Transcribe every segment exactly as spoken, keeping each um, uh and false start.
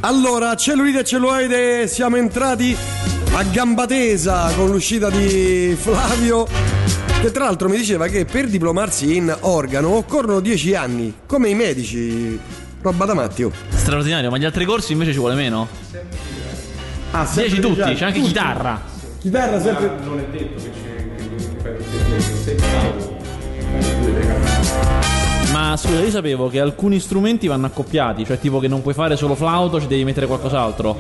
Allora, cellulite e celluloide, siamo entrati a gamba tesa con l'uscita di Flavio, che tra l'altro mi diceva che per diplomarsi in organo occorrono dieci anni, come i medici. Roba da matti, oh. Straordinario, ma gli altri corsi invece ci vuole meno? Ah, dieci tutti, già, c'è anche tutti. chitarra. Chitarra sempre. Non è detto che c'è Ma scusa, io sapevo che alcuni strumenti vanno accoppiati, cioè tipo che non puoi fare solo flauto, ci devi mettere qualcos'altro.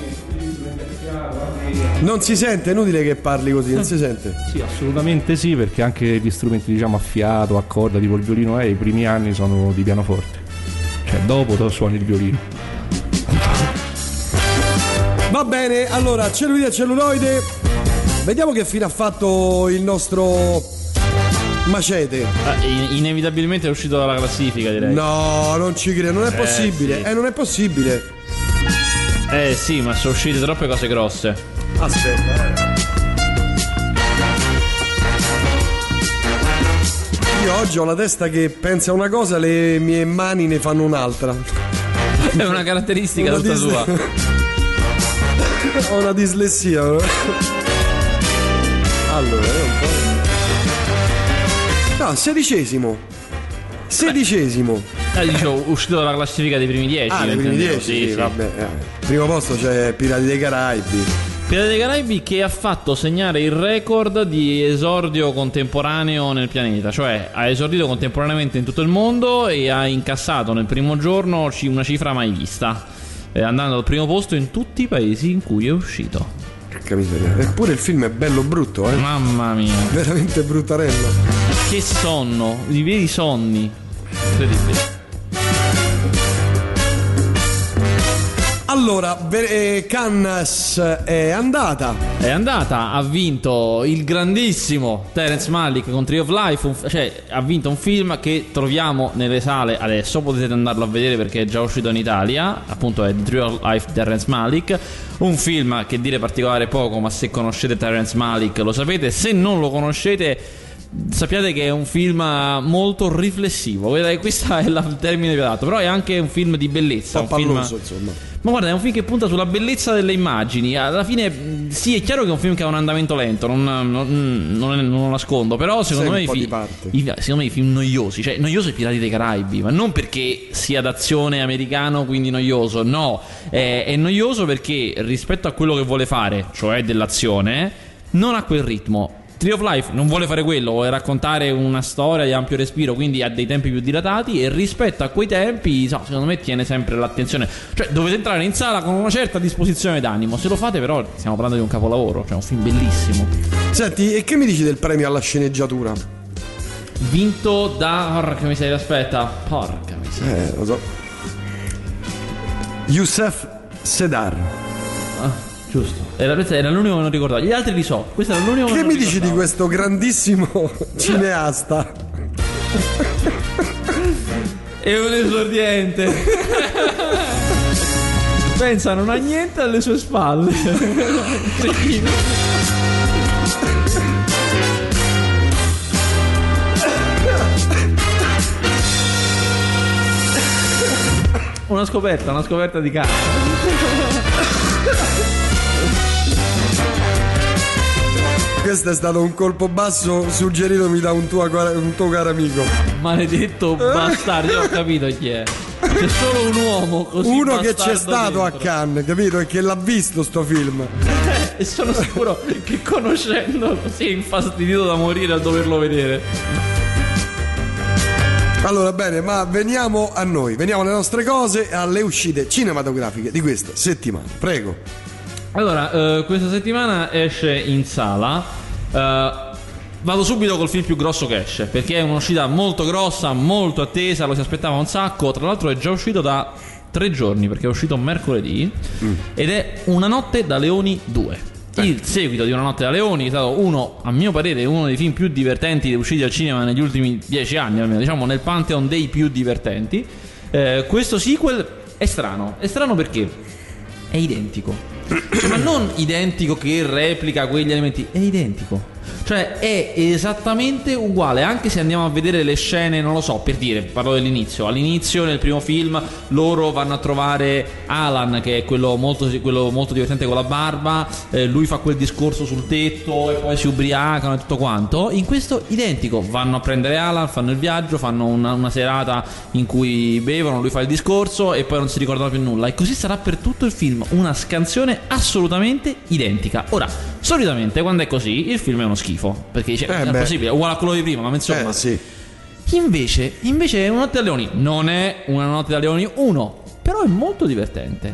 Non si sente, è inutile che parli così, non si sente. Sì, assolutamente sì, perché anche gli strumenti diciamo a fiato, a corda, tipo il violino, eh, i primi anni sono di pianoforte. Cioè dopo tu suoni il violino. Va bene, allora, cellulite e celluloide. Vediamo che fine ha fatto il nostro Macete. Eh, in- inevitabilmente è uscito dalla classifica, direi. No, non ci credo, non è Eh, possibile. sì. Eh, non è possibile. Eh sì, ma sono uscite troppe cose grosse. Aspetta. Io oggi ho la testa che pensa una cosa, le mie mani ne fanno un'altra. È una caratteristica Una tutta dis- sua. Ho una dislessia. Allora, è un po'. No, sedicesimo. Sedicesimo. Eh, dicevo, uscito dalla classifica dei primi dieci. Ah, nei primi intendevo. dieci, Sì, sì, sì. vabbè. eh. Primo posto c'è Pirati dei Caraibi. Pirati dei Caraibi che ha fatto segnare il record di esordio contemporaneo nel pianeta, cioè ha esordito contemporaneamente in tutto il mondo e ha incassato nel primo giorno ci- una cifra mai vista, eh, andando al primo posto in tutti i paesi in cui è uscito. Porca miseria. Eppure il film è bello brutto, eh. Mamma mia, Veramente bruttarello. che sonno, i veri sonni. Incredibile. Allora, ve- eh, Cannes è andata. È andata, ha vinto il grandissimo Terence Malick con Tree of Life, un f- cioè ha vinto un film che troviamo nelle sale adesso, potete andarlo a vedere perché è già uscito in Italia, appunto è The Tree of Life di Terence Malick, un film che dire particolare poco, ma se conoscete Terence Malick lo sapete, se non lo conoscete sappiate che è un film molto riflessivo. Vedete, questo è la- il termine più adatto, però è anche un film di bellezza, Un po' un film... palloso, insomma. Ma guarda, è un film che punta sulla bellezza delle immagini. Alla fine, mh, sì, è chiaro che è un film che ha un andamento lento, non, non, non, non lo nascondo. Però secondo Sei me, un po' i, di fi- parte. i- secondo me i film noiosi, cioè noioso è Pirati dei Caraibi, ma non perché sia d'azione americano, quindi noioso. No, è, è noioso perché rispetto a quello che vuole fare, cioè dell'azione, non ha quel ritmo. Tree of Life non vuole fare quello, vuole raccontare una storia di ampio respiro, quindi ha dei tempi più dilatati e rispetto a quei tempi, so, secondo me tiene sempre l'attenzione. Cioè dovete entrare in sala con una certa disposizione d'animo. Se lo fate però stiamo parlando di un capolavoro, cioè un film bellissimo. Senti, e che mi dici del premio alla sceneggiatura? Vinto da... Porca miseria, aspetta. Porca miseria. Eh, lo so. Youssef Sedar. Ah, giusto. Era, era l'unico che non ricordavo. Gli altri li so. Questo era l'unico che Che non mi dici di ricordavo. questo grandissimo cineasta? È un esordiente. Pensa, non ha niente alle sue spalle. Una scoperta, una scoperta di casa. Questo è stato un colpo basso suggeritomi da un tuo, un tuo caro amico. Maledetto bastardo, io ho capito chi è. C'è solo un uomo così Uno che c'è bastardo stato a dentro. Cannes, capito? E che l'ha visto sto film. E sono sicuro che conoscendolo si è infastidito da morire a doverlo vedere. Allora, bene, ma veniamo a noi, veniamo alle nostre cose, alle uscite cinematografiche di questa settimana. Prego. Allora, eh, questa settimana esce in sala. eh, Vado subito col film più grosso che esce, perché è un'uscita molto grossa, molto attesa, lo si aspettava un sacco. Tra l'altro è già uscito da tre giorni, perché è uscito mercoledì, mm. ed è Una notte da leoni due. Il seguito di Una notte da leoni è stato uno, a mio parere, uno dei film più divertenti usciti al cinema negli ultimi dieci anni, almeno, diciamo nel pantheon dei più divertenti. eh, Questo sequel è strano, è strano perché è identico, cioè, ma non identico che replica quegli elementi, è identico. Cioè è esattamente uguale, anche se andiamo a vedere le scene, non lo so, per dire, parlo dell'inizio. All'inizio nel primo film loro vanno a trovare Alan, che è quello molto, quello molto divertente con la barba, eh, lui fa quel discorso sul tetto e poi si ubriacano e tutto quanto. In questo identico, vanno a prendere Alan, fanno il viaggio, fanno una, una serata in cui bevono, lui fa il discorso e poi non si ricordano più nulla, e così sarà per tutto il film, una scansione assolutamente identica. Ora, solitamente quando è così il film è uno schifo, perché dice Eh è beh. possibile, è uguale a quello di prima, ma insomma. Eh sì. Invece, invece Una notte da leoni non è Una notte da leoni uno, però è molto divertente.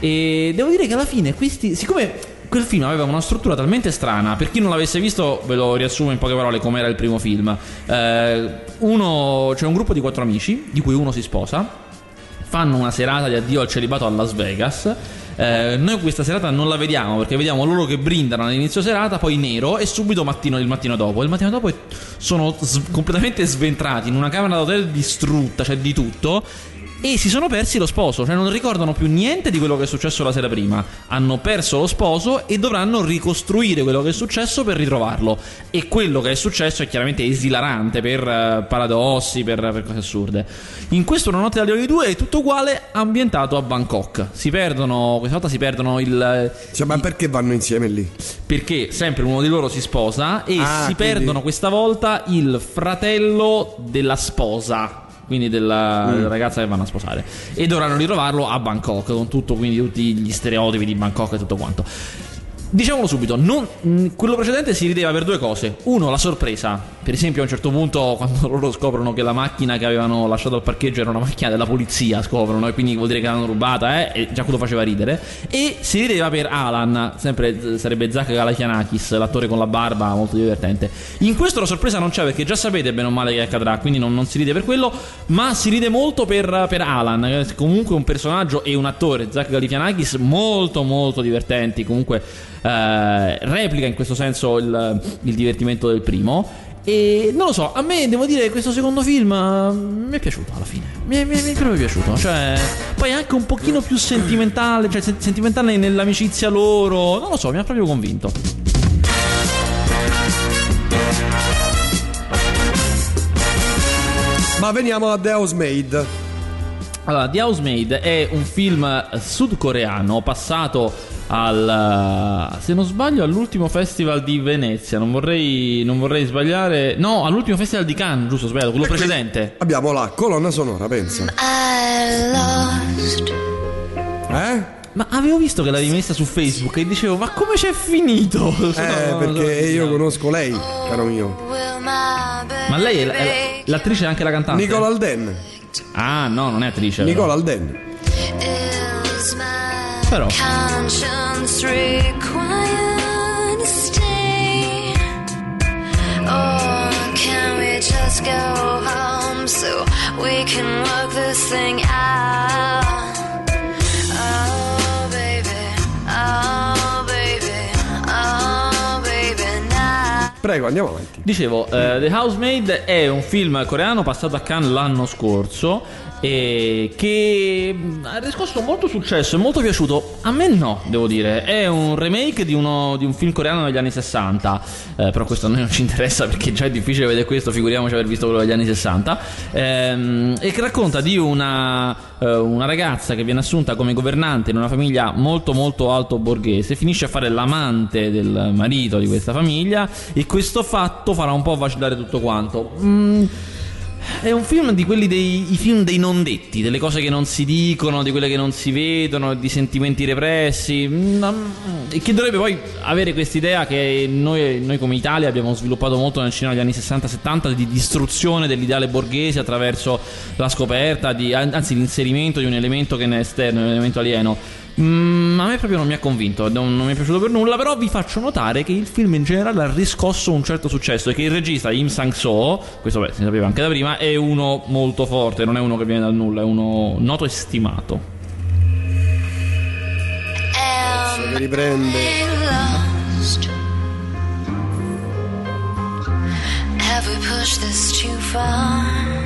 E devo dire che alla fine questi, siccome quel film aveva una struttura talmente strana, per chi non l'avesse visto ve lo riassumo in poche parole come era il primo film. eh, uno c'è un gruppo di quattro amici, di cui uno si sposa, fanno una serata di addio al celibato a Las Vegas. Eh, noi questa serata non la vediamo, perché vediamo loro che brindano all'inizio serata, poi nero, e subito mattino, il mattino dopo. Il mattino dopo sono s- completamente sventrati in una camera d'hotel distrutta, cioè di tutto, e si sono persi lo sposo, cioè non ricordano più niente di quello che è successo la sera prima. Hanno perso lo sposo e dovranno ricostruire quello che è successo per ritrovarlo. E quello che è successo è chiaramente esilarante per uh, paradossi, per, per cose assurde. In questo Una notte da leoni due è tutto uguale, ambientato a Bangkok. Si perdono, questa volta si perdono il... Cioè, ma perché vanno insieme lì? Perché sempre uno di loro si sposa e Ah, si quindi- perdono questa volta il fratello della sposa, quindi della, Mm. della ragazza che vanno a sposare, e dovranno ritrovarlo a Bangkok con tutto, quindi tutti gli stereotipi di Bangkok e tutto quanto. Diciamolo subito, non, mh, quello precedente si rideva per due cose. Uno, la sorpresa. Per esempio a un certo punto, quando loro scoprono che la macchina che avevano lasciato al parcheggio era una macchina della polizia, scoprono, e quindi vuol dire che l'hanno rubata, eh, e già quello faceva ridere. E si rideva per Alan, sempre eh, sarebbe Zach Galifianakis, l'attore con la barba, molto divertente. In questo la sorpresa non c'è, perché già sapete bene o male che accadrà, quindi non, non si ride per quello, ma si ride molto per, per Alan, che è comunque un personaggio e un attore, Zach Galifianakis, molto molto divertenti. Comunque eh, replica in questo senso il, il divertimento del primo. E non lo so, a me devo dire che questo secondo film eh, mi è piaciuto alla fine. Mi è, mi è- mi è proprio piaciuto. Cioè, poi è anche un pochino più sentimentale, cioè sen- sentimentale nell'amicizia loro. Non lo so, mi ha proprio convinto. Ma veniamo a The Housemaid. Allora, The Housemaid è un film sudcoreano passato al, se non sbaglio, all'ultimo festival di Venezia. Non vorrei, non vorrei sbagliare. No, all'ultimo festival di Cannes, giusto, sbagliato, quello Perché precedente. Abbiamo la colonna sonora, pensa. I lost. Eh? Ma avevo visto che l'avevi messa su Facebook e dicevo, ma come c'è finito? Eh, perché io conosco lei, caro mio. Will my Ma lei è, la- baby è l'attrice e anche la cantante? Nicola Alden. Ah, no, non è attrice. Nicola Alden. is my Però conscience required to stay? Or can we just go home so we can work this thing out? Oh baby, oh baby, oh baby now. Prego, andiamo avanti. Dicevo, eh, The Housemaid è un film coreano passato a Cannes l'anno scorso e che ha riscosso molto successo, è molto piaciuto. A me no, devo dire. È un remake di, uno, di un film coreano degli anni sessanta, eh, però questo a noi non ci interessa perché già è difficile vedere questo, figuriamoci aver visto quello degli anni sessanta, ehm, e che racconta di una, eh, una ragazza che viene assunta come governante in una famiglia molto molto alto borghese, finisce a fare l'amante del marito di questa famiglia e questo fatto farà un po' vacillare tutto quanto. Mm. È un film di quelli dei i film dei non detti, delle cose che non si dicono, di quelle che non si vedono, di sentimenti repressi, mm, e che dovrebbe poi avere quest'idea che noi, noi come Italia abbiamo sviluppato molto nel cinema degli anni sessanta settanta, di distruzione dell'ideale borghese attraverso la scoperta, di, anzi l'inserimento di un elemento che ne è esterno, un elemento alieno. Mm, a me proprio non mi ha convinto, non, non mi è piaciuto per nulla. Però vi faccio notare che il film in generale ha riscosso un certo successo e che il regista Im Sang-soo, questo beh, si sapeva anche da prima, è uno molto forte, non è uno che viene dal nulla, è uno noto e stimato. Se li riprende. Lost. Have we pushed this too far?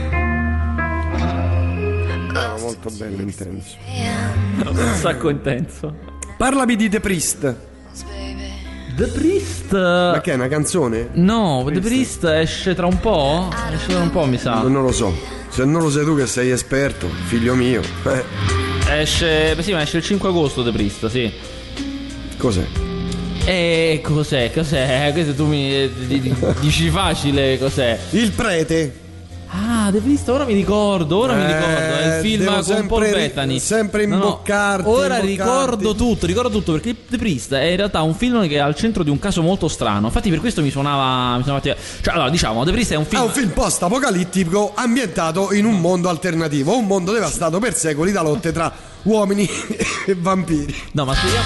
Ah, molto bello, intenso. Un sacco intenso. Parlami di The Priest. Baby. The Priest. Ma che è una canzone? No, The Priest esce tra un po'? Esce tra un po', mi sa. Non lo so. Se non lo sai tu che sei esperto, figlio mio. Eh. Esce. Sì, ma esce il cinque agosto The Priest, sì. Cos'è? E cos'è? Cos'è? Questo tu mi dici facile, cos'è? Il prete. Ah, The Priest, ora mi ricordo, ora eh, mi ricordo, è il film con sempre, Paul Bettany. Sempre imboccarti. No, no. Ora imboccarti. ricordo tutto, ricordo tutto, perché The Priest è in realtà un film che è al centro di un caso molto strano. Infatti per questo mi suonava, mi suonava cioè, allora, diciamo, The Priest è un film È un film post-apocalittico ambientato in un mondo alternativo, un mondo devastato per secoli da lotte tra uomini e vampiri. No, ma spieghiamo.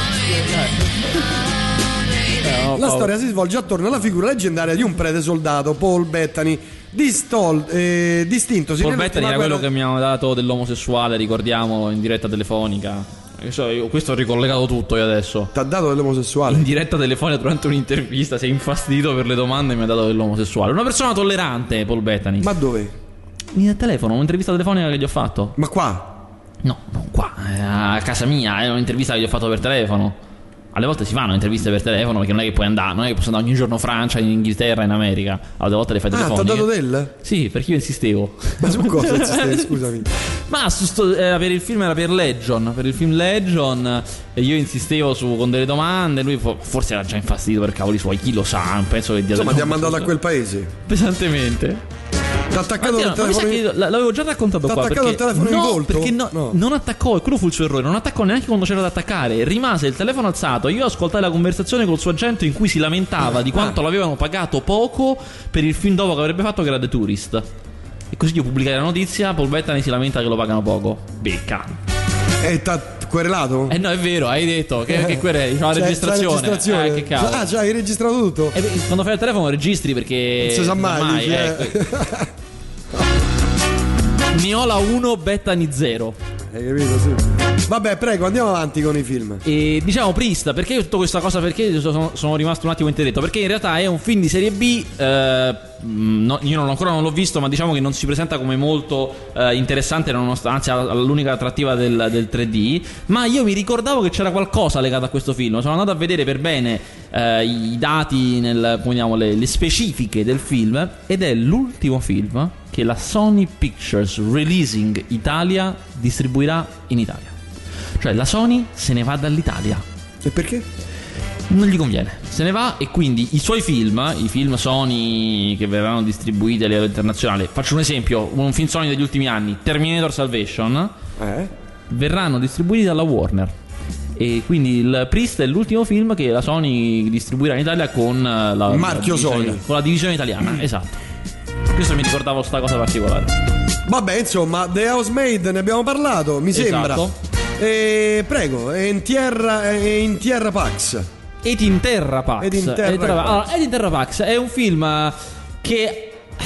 Eh, no, La Paolo. storia si svolge attorno alla figura leggendaria di un prete soldato, Paul Bettany, distol, eh, distintosi Paul nell'ultima Bettany era quello guerra- che mi hanno dato dell'omosessuale, ricordiamolo, in diretta telefonica. Io- Questo ho ricollegato tutto io adesso. T'ha dato dell'omosessuale? In diretta telefonica durante un'intervista si è infastidito per le domande e mi ha dato dell'omosessuale. Una persona tollerante, Paul Bettany. Ma dove? Il telefono, un'intervista telefonica che gli ho fatto. Ma qua? No, non qua, è a casa mia, è un'intervista che gli ho fatto per telefono. Alle volte si fanno interviste per telefono perché non è che puoi andare, non è che posso andare ogni giorno in Francia, in Inghilterra, in America. Alle volte le fai Ah, telefoniche. t'ha dato del? Sì, perché io insistevo. Ma su cosa insistevi? Scusami. Ma su sto, era per il film, era per Legion. Per il film Legion. E io insistevo su, con delle domande. Lui fo- forse era già infastidito per cavoli suoi, chi lo sa. Non penso che dia Insomma, delle ti ha mandato a quel risposte. paese. Pesantemente. T'ha attaccato Mattia, il ma mi sa telefono. che l- l'avevo già raccontato T'ha qua. attaccato perché il telefono in no, volto? Perché no, No. non attaccò, e quello fu il suo errore. Non attaccò neanche quando c'era da attaccare. Rimase il telefono alzato. Io ascoltai la conversazione col suo agente in cui si lamentava di quanto l'avevano pagato poco per il film dopo che avrebbe fatto, che era The Tourist. E così io pubblicai la notizia. Paul Bettany si lamenta che lo pagano poco. Becca. E t'ha querelato? Eh no, è vero, hai detto che, che quella c'è la Cioè, registrazione. c'è la registrazione. Eh, che cavolo. Ah, già, hai registrato tutto? E beh, quando fai il telefono registri perché Non si sa mai, dici, eh. eh. Niola uno, Bettany zero. Hai capito, sì. Vabbè, prego, andiamo avanti con i film. E diciamo Priest, perché io tutta questa cosa, perché sono, sono rimasto un attimo interdetto? Perché in realtà è un film di serie B, eh, no, io non, ancora non l'ho visto, ma diciamo che non si presenta come molto eh, interessante, nonostante, anzi ha l'unica attrattiva del, del tre D. Ma io mi ricordavo che c'era qualcosa legato a questo film. Sono andato a vedere per bene eh, i dati, nel, come diciamo, le, le specifiche del film, ed è l'ultimo film che la Sony Pictures Releasing Italia distribuirà in Italia. Cioè la Sony se ne va dall'Italia. E perché? Non gli conviene, se ne va, e quindi i suoi film, i film Sony che verranno distribuiti a livello internazionale, faccio un esempio, un film Sony degli ultimi anni, Terminator Salvation, Eh? verranno distribuiti dalla Warner. E quindi il Priest è l'ultimo film che la Sony distribuirà in Italia con la, la Marchio divisione- Sony. con la divisione italiana, esatto. Questo mi ricordavo sta cosa particolare. Vabbè, insomma, The Housemaid ne abbiamo parlato, mi sembra. Esatto. E prego, è in Tierra, è in Tierra Pax. Ed in Terra Pax. Ed in Terra Ed in Terra- Pax. allora, Ed in Terra Pax è un film eh, che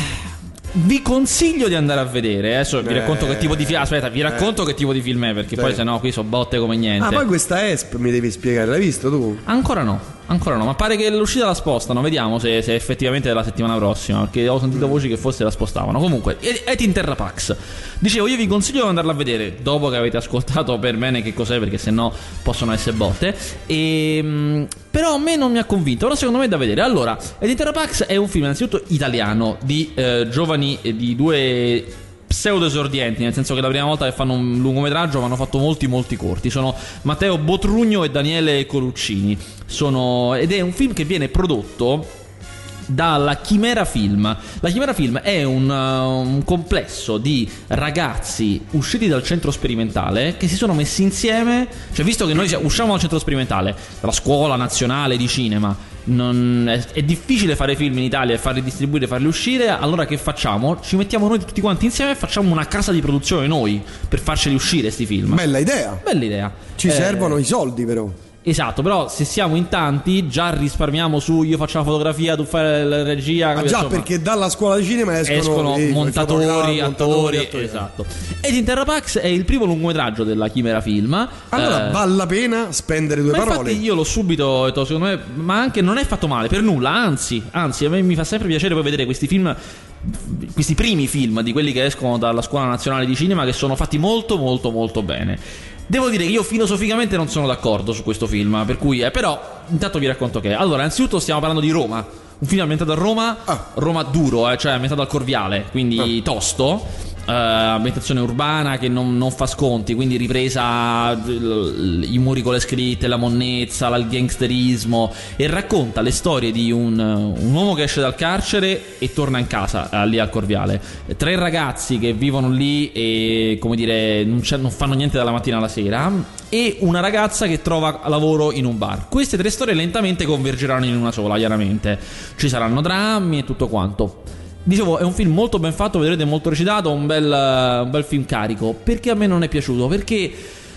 vi consiglio di andare a vedere. Adesso vi Eh, racconto che tipo di film. Aspetta, vi racconto che tipo di film è, perché Sì. poi sennò qui so botte come niente. Ah, poi questa E S P mi devi spiegare, l'hai visto tu? Ancora no, ancora no, ma pare che l'uscita la spostano. Vediamo se, se effettivamente è la settimana prossima, perché ho sentito voci che forse la spostavano. Comunque, Ed in Terra Pax. Dicevo, io vi consiglio di andarla a vedere dopo che avete ascoltato per bene che cos'è, perché sennò possono essere botte. E, mh, però a me non mi ha convinto, però secondo me è da vedere. Allora, Ed in Terra Pax è un film innanzitutto italiano di eh, giovani, eh, di due pseudo esordienti, nel senso che la prima volta che fanno un lungometraggio ma hanno fatto molti molti corti. Sono Matteo Botrugno e Daniele Coluccini. Sono, ed è un film che viene prodotto dalla Chimera Film. La Chimera Film è un, uh, un complesso di ragazzi usciti dal centro sperimentale che si sono messi insieme. Cioè, visto che noi sia- usciamo dal centro sperimentale, dalla scuola nazionale di cinema, non è, è difficile fare film in Italia e farli distribuire, farli uscire. Allora che facciamo? Ci mettiamo noi tutti quanti insieme e facciamo una casa di produzione noi per farceli uscire sti film. Bella idea. Bella idea. Ci Eh, servono i soldi, però. Esatto, però se siamo in tanti già risparmiamo su io faccio la fotografia, tu fai la regia. Ah, già, insomma, perché dalla scuola di cinema escono, escono i- i montatori, fotografi, attori, attori. esatto. Ed in Terra Pax è il primo lungometraggio della Chimera Film. Allora Eh, vale la pena spendere due ma parole. infatti io l'ho subito detto, secondo me, ma anche non è fatto male per nulla, anzi, anzi a me mi fa sempre piacere poi vedere questi film, questi primi film di quelli che escono dalla Scuola Nazionale di Cinema, che sono fatti molto molto molto bene. Devo dire che io filosoficamente non sono d'accordo su questo film, per cui eh, però intanto vi racconto che allora innanzitutto stiamo parlando di Roma, un film ambientato a Roma, ah. Roma duro, eh, cioè ambientato al Corviale, quindi ah. tosto. Uh, ambientazione urbana che non, non fa sconti, quindi ripresa l, i muri con le scritte, la monnezza, il gangsterismo, e racconta le storie di un, un uomo che esce dal carcere e torna in casa uh, lì al Corviale, tre ragazzi che vivono lì e come dire non, non fanno niente dalla mattina alla sera, e una ragazza che trova lavoro in un bar. Queste tre storie lentamente convergeranno in una sola, chiaramente ci saranno drammi e tutto quanto. Dicevo, è un film molto ben fatto, vedrete, molto recitato, un bel, un bel film carico. Perché a me non è piaciuto? Perché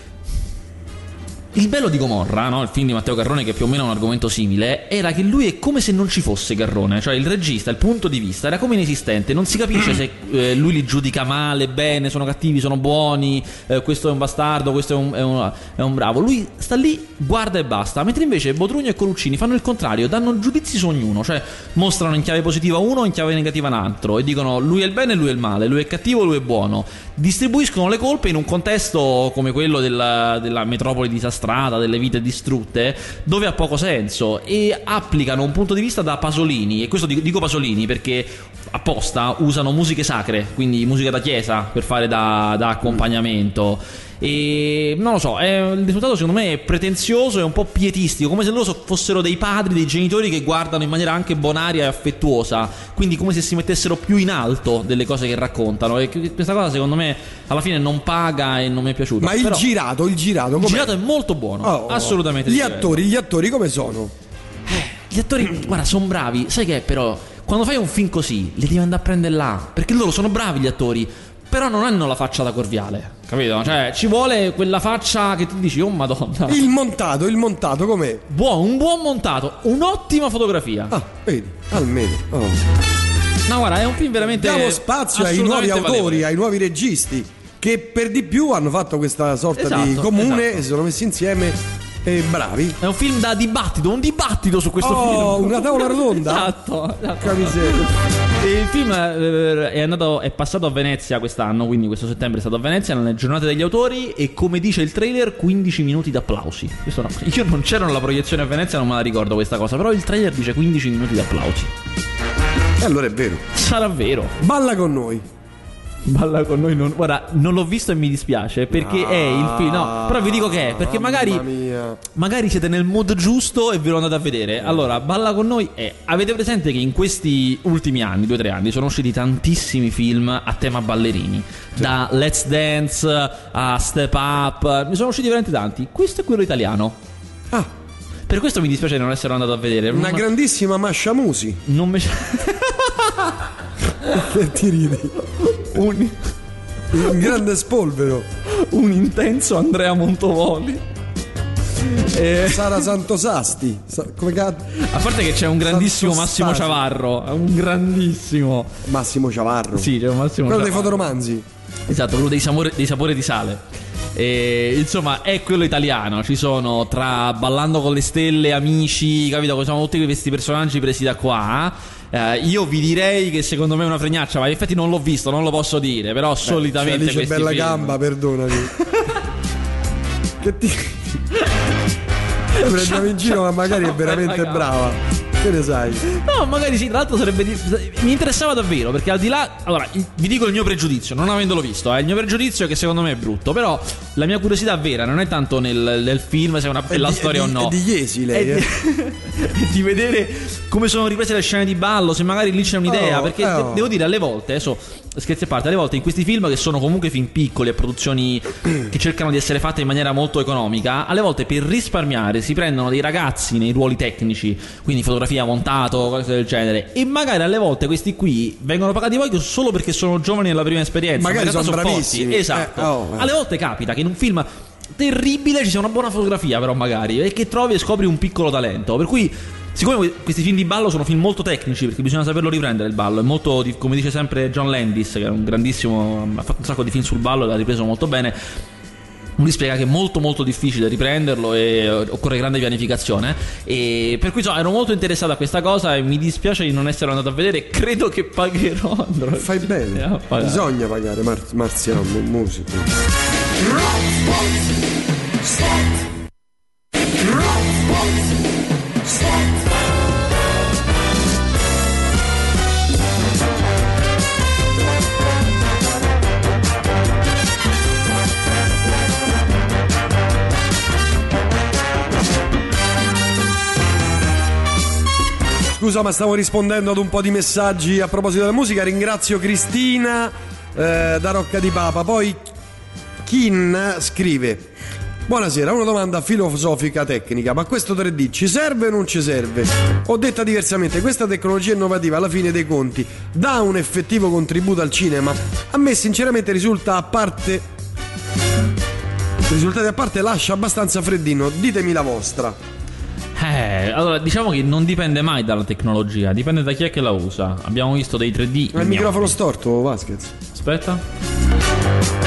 il bello di Gomorra, no? Il film di Matteo Garrone, che più o meno è un argomento simile, era che lui è come se non ci fosse Garrone, cioè il regista, il punto di vista era come inesistente, non si capisce se eh, lui li giudica male, bene, sono cattivi, sono buoni, eh, questo è un bastardo, questo è un, è, un, è un bravo. Lui sta lì, guarda e basta, mentre invece Bodrugno e Coluccini fanno il contrario, danno giudizi su ognuno, cioè mostrano in chiave positiva uno, in chiave negativa un altro, e dicono lui è il bene e lui è il male, lui è cattivo, lui è buono. Distribuiscono le colpe in un contesto come quello della, della metropoli disastrata, delle vite distrutte, dove ha poco senso, e applicano un punto di vista da Pasolini, e questo dico, dico Pasolini perché apposta usano musiche sacre, quindi musica da chiesa per fare da, da accompagnamento. E non lo so, è, il risultato secondo me è pretenzioso e un po' pietistico, come se loro fossero dei padri, dei genitori che guardano in maniera anche bonaria e affettuosa, quindi come se si mettessero più in alto delle cose che raccontano, e questa cosa secondo me alla fine non paga e non mi è piaciuta. Ma il Però, girato, il girato com'è? Il girato è molto buono, oh, assolutamente. Gli attori, gli attori come sono? Eh, gli attori, guarda, sono bravi. Sai che però quando fai un film così li devi andare a prendere là, perché loro sono bravi gli attori, però non hanno la faccia da Corviale, capito? Cioè ci vuole quella faccia che tu dici oh madonna. Il montato, il montato com'è? Buono, un buon montato, un'ottima fotografia. Ah, vedi, almeno oh. No, guarda, è un film veramente. Diamo spazio ai nuovi autori, valevole. Ai nuovi registi, che per di più hanno fatto questa sorta esatto, di comune, esatto. Si sono messi insieme e bravi. È un film da dibattito, un dibattito su questo oh, film. Oh, una tavola rotonda. Esatto, esatto. E il film è andato, è passato a Venezia quest'anno, quindi questo settembre è stato a Venezia nelle giornate degli autori, e come dice il trailer quindici minuti d'applausi. Questo no, io non c'ero nella proiezione a Venezia, non me la ricordo questa cosa, però il trailer dice quindici minuti d'applausi. E allora è vero. Sarà vero. Balla con noi. Balla con noi, non, guarda, non l'ho visto e mi dispiace perché ah, è il film, no, però vi dico che è perché magari magari siete nel mood giusto e ve lo andate a vedere. Allora, Balla con noi è, avete presente che in questi ultimi anni, due o tre anni, sono usciti tantissimi film a tema ballerini, sì. Da Let's Dance a Step Up, ne sono usciti veramente tanti. Questo è quello italiano. Ah, per questo mi dispiace non essere andato a vedere. Una Ma... grandissima Masha Musi. Non me che ti ridi? Un... un grande spolvero. Un intenso Andrea Montovoli. E... Sara Santosasti. Come cazzo? A parte che c'è un grandissimo Massimo Ciavarro. Un grandissimo Massimo Ciavarro. Sì, c'è un Massimo quello Ciavarro. Dei fotoromanzi. Esatto, quello dei, sapore, dei sapori di sale. E, insomma, è quello italiano. Ci sono tra Ballando con le stelle, Amici, capito? Sono tutti questi personaggi presi da qua. Uh, io vi direi che secondo me è una fregnaccia, ma in effetti non l'ho visto, non lo posso dire. Però Beh, solitamente questi bella film... gamba, perdonami. Che ti prendiamo in giro, ma magari è veramente brava. Che ne sai? No, magari sì, tra l'altro sarebbe di... mi interessava davvero, perché al di là, allora, vi dico il mio pregiudizio, non avendolo visto, eh, il mio pregiudizio è che secondo me è brutto, però la mia curiosità vera non è tanto nel, nel film se è una bella di, storia di, o no. È di Iesi lei, è eh. di, di vedere come sono riprese le scene di ballo, se magari lì c'è un'idea, oh, perché oh. De- devo dire alle volte, adesso scherzi a parte, alle volte in questi film che sono comunque film piccoli e produzioni che cercano di essere fatte in maniera molto economica, alle volte per risparmiare si prendono dei ragazzi nei ruoli tecnici, quindi fotografia, montato, cose del genere, e magari alle volte questi qui vengono pagati poi solo perché sono giovani nella prima esperienza, magari sono sono bravissimi forti. Esatto. eh, oh, eh. Alle volte capita che in un film terribile ci sia una buona fotografia, però magari, e che trovi e scopri un piccolo talento, per cui siccome questi film di ballo sono film molto tecnici, perché bisogna saperlo riprendere il ballo, è molto, come dice sempre John Landis, che è un grandissimo, ha fatto un sacco di film sul ballo e l'ha ripreso molto bene, lui spiega che è molto molto difficile riprenderlo e occorre grande pianificazione, e per cui so, ero molto interessato a questa cosa e mi dispiace di non essere andato a vedere. Credo che pagherò, andrò. Fai bene, bisogna pagare Mar- Marziano, musica. Scusa, ma stavo rispondendo ad un po' di messaggi a proposito della musica. Ringrazio Cristina eh, da Rocca di Papa. Poi Kin scrive: buonasera, una domanda filosofica tecnica, ma questo tre D ci serve o non ci serve? O detta diversamente, questa tecnologia innovativa alla fine dei conti dà un effettivo contributo al cinema? A me sinceramente risulta, a parte risultati a parte, lascia abbastanza freddino. Ditemi la vostra. Eh, allora diciamo che non dipende mai dalla tecnologia, dipende da chi è che la usa. Abbiamo visto dei tre D. Ma il microfono storto, Vasquez. Aspetta.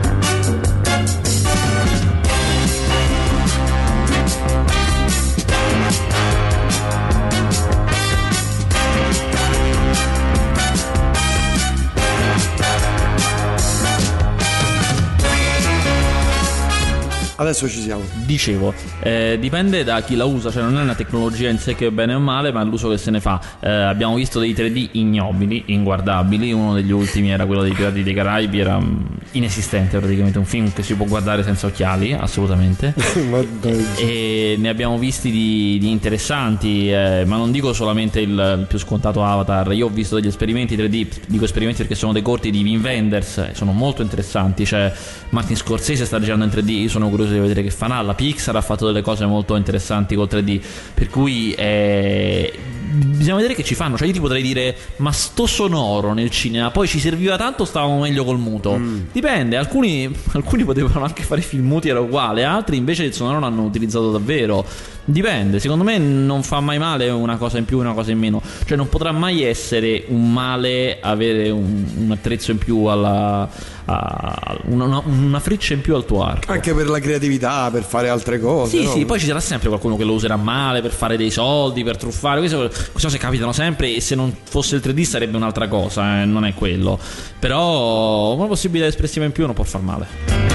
Adesso ci siamo. Dicevo, eh, dipende da chi la usa, cioè non è una tecnologia in sé che è bene o male, ma l'uso che se ne fa. Eh, abbiamo visto dei tre D ignobili, inguardabili. Uno degli ultimi era quello dei Pirati dei Caraibi, era um, inesistente praticamente, un film che si può guardare senza occhiali, assolutamente. E ne abbiamo visti di, di interessanti, eh, ma non dico solamente il, il più scontato Avatar. Io ho visto degli esperimenti tre D, dico esperimenti perché sono dei corti di Wim Wenders, sono molto interessanti. Cioè Martin Scorsese sta girando in tre D, io sono curioso di vedere che farà. La Pixar ha fatto delle cose molto interessanti col tre D, per cui eh, bisogna vedere che ci fanno. Cioè io ti potrei dire, ma sto sonoro nel cinema poi ci serviva tanto, stavamo meglio col muto. mm. Dipende, alcuni, alcuni potevano anche fare film muti, era uguale, altri invece il sonoro l'hanno utilizzato davvero. Dipende, secondo me non fa mai male una cosa in più e una cosa in meno. Cioè non potrà mai essere un male avere un, un attrezzo in più alla, a, una, una, una freccia in più al tuo arco. Anche per la creatività, per fare altre cose. Sì, no? sì, poi ci sarà sempre qualcuno che lo userà male per fare dei soldi, per truffare. Queste, queste cose capitano sempre, e se non fosse il tre D sarebbe un'altra cosa, eh, non è quello. Però una possibilità espressiva in più non può far male.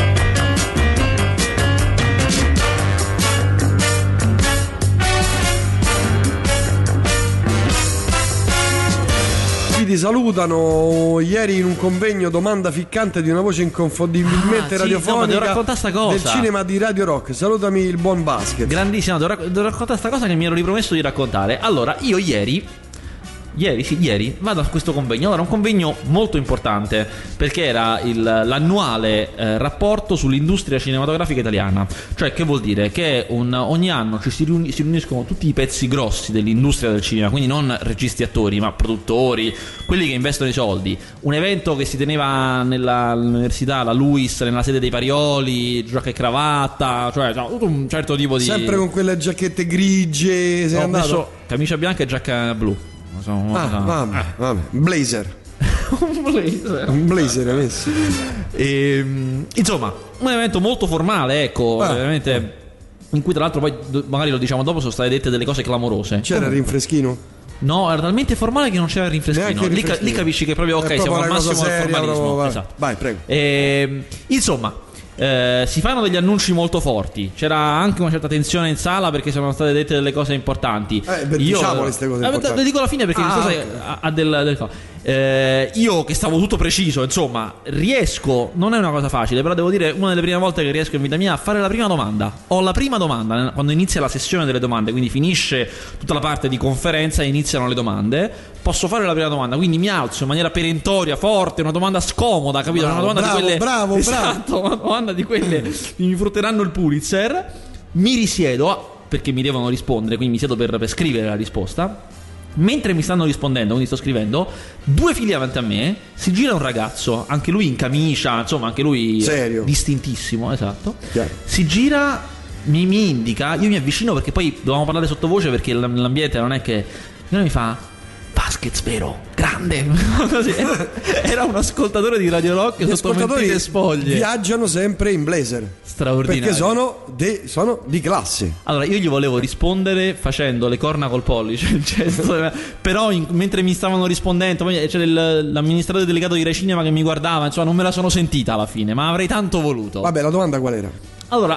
Ti salutano. Ieri in un convegno domanda ficcante di una voce inconfondibilmente ah, radiofonica, sì, no, devo raccontare sta cosa del cinema di Radio Rock. Salutami il buon Basket. Grandissimo, devo, rac- devo raccontare sta cosa che mi ero ripromesso di raccontare. Allora, io ieri Ieri, sì, ieri vado a questo convegno. Allora, un convegno molto importante perché era il, l'annuale eh, rapporto sull'industria cinematografica italiana. Cioè, che vuol dire? Che un, ogni anno ci si, riuni, si riuniscono tutti i pezzi grossi dell'industria del cinema, quindi non registi, attori, ma produttori, quelli che investono i soldi. Un evento che si teneva nella, all'università, la Luis, nella sede dei Parioli, giacca e cravatta, cioè tutto un certo tipo di... Sempre con quelle giacchette grigie. Sei Ho andato? messo camicia bianca e giacca blu. Sono, ah, no. vabbè, eh. vabbè. Blazer. un blazer. Un blazer hai messo. E, insomma, un evento molto formale, ecco, ah, veramente, ah. in cui tra l'altro poi magari lo diciamo dopo, sono state dette delle cose clamorose. C'era il rinfreschino? No, era talmente formale che non c'era il rinfreschino. Il lì, rinfreschino. Lì capisci che proprio ok, proprio siamo al massimo seria, del formalismo. proprio, vai. Esatto. Vai, prego. E, insomma, Eh, si fanno degli annunci molto forti. C'era anche una certa tensione in sala perché sono state dette delle cose importanti. Eh, beh, Io diciamo queste cose importanti. Le dico alla fine perché ah, questa cosa okay. ha, ha del, del eh, io che stavo tutto preciso, insomma, riesco, non è una cosa facile, però devo dire, una delle prime volte che riesco in vita mia a fare la prima domanda. Ho la prima domanda quando inizia la sessione delle domande, quindi finisce tutta la parte di conferenza e iniziano le domande. Posso fare la prima domanda, quindi mi alzo in maniera perentoria, forte, una domanda scomoda, capito? Bravo, una domanda bravo, di quelle bravo, esatto, bravo. una domanda di quelle che mi frutteranno il Pulitzer. Mi risiedo perché mi devono rispondere, quindi mi siedo per, per scrivere la risposta. Mentre mi stanno rispondendo, quindi sto scrivendo, due fili avanti a me si gira un ragazzo, anche lui in camicia, insomma, anche lui serio, distintissimo, esatto. Chiaro. Si gira, mi, mi indica, io mi avvicino perché poi dovevamo parlare sottovoce perché l'ambiente non è che... Lui mi fa: Vasquez, vero? Grande. Così. Era un ascoltatore di Radio Rock. Gli sotto mentite spoglie viaggiano sempre in blazer. Straordinario. Perché sono, de, sono di classe. Allora io gli volevo rispondere facendo le corna col pollice, il gesto, però in, mentre mi stavano rispondendo poi c'era il, l'amministratore delegato di Rai Cinema che mi guardava, insomma non me la sono sentita alla fine, ma avrei tanto voluto. Vabbè, la domanda qual era? Allora,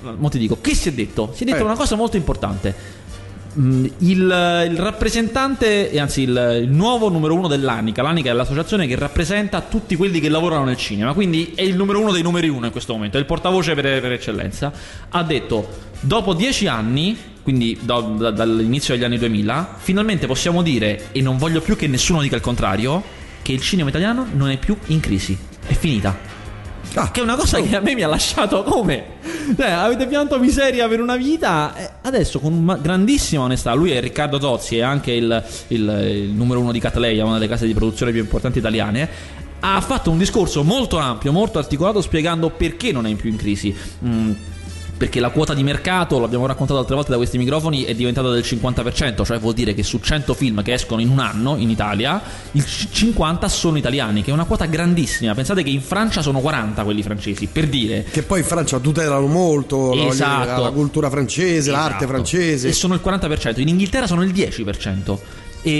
mo ti dico, che si è detto? Si è detto Eh. una cosa molto importante. Mm, Il, il rappresentante, e anzi il, il nuovo numero uno dell'Anica, l'Anica è l'associazione che rappresenta tutti quelli che lavorano nel cinema, quindi è il numero uno dei numeri uno in questo momento, è il portavoce per, per eccellenza. Ha detto: dopo dieci anni, quindi da, da, dall'inizio degli anni duemila, finalmente possiamo dire, e non voglio più che nessuno dica il contrario, che il cinema italiano non è più in crisi, è finita. Ah, Che è una cosa che a me mi ha lasciato come? Cioè, avete pianto miseria per una vita. eh, Adesso, con ma- grandissima onestà, lui è Riccardo Tozzi, è anche il, il, il numero uno di Catleya, una delle case di produzione più importanti italiane. Ha fatto un discorso molto ampio, molto articolato, spiegando perché non è in più in crisi. Mm. Perché la quota di mercato, l'abbiamo raccontato altre volte da questi microfoni, è diventata del cinquanta per cento, cioè vuol dire che su cento film che escono in un anno in Italia, il cinquanta sono italiani, che è una quota grandissima. Pensate che in Francia sono quaranta quelli francesi, per dire. che poi in Francia tutelano molto voglio dire, Esatto. la cultura francese, l'arte Esatto. francese. E sono il quaranta per cento, in Inghilterra sono il dieci per cento.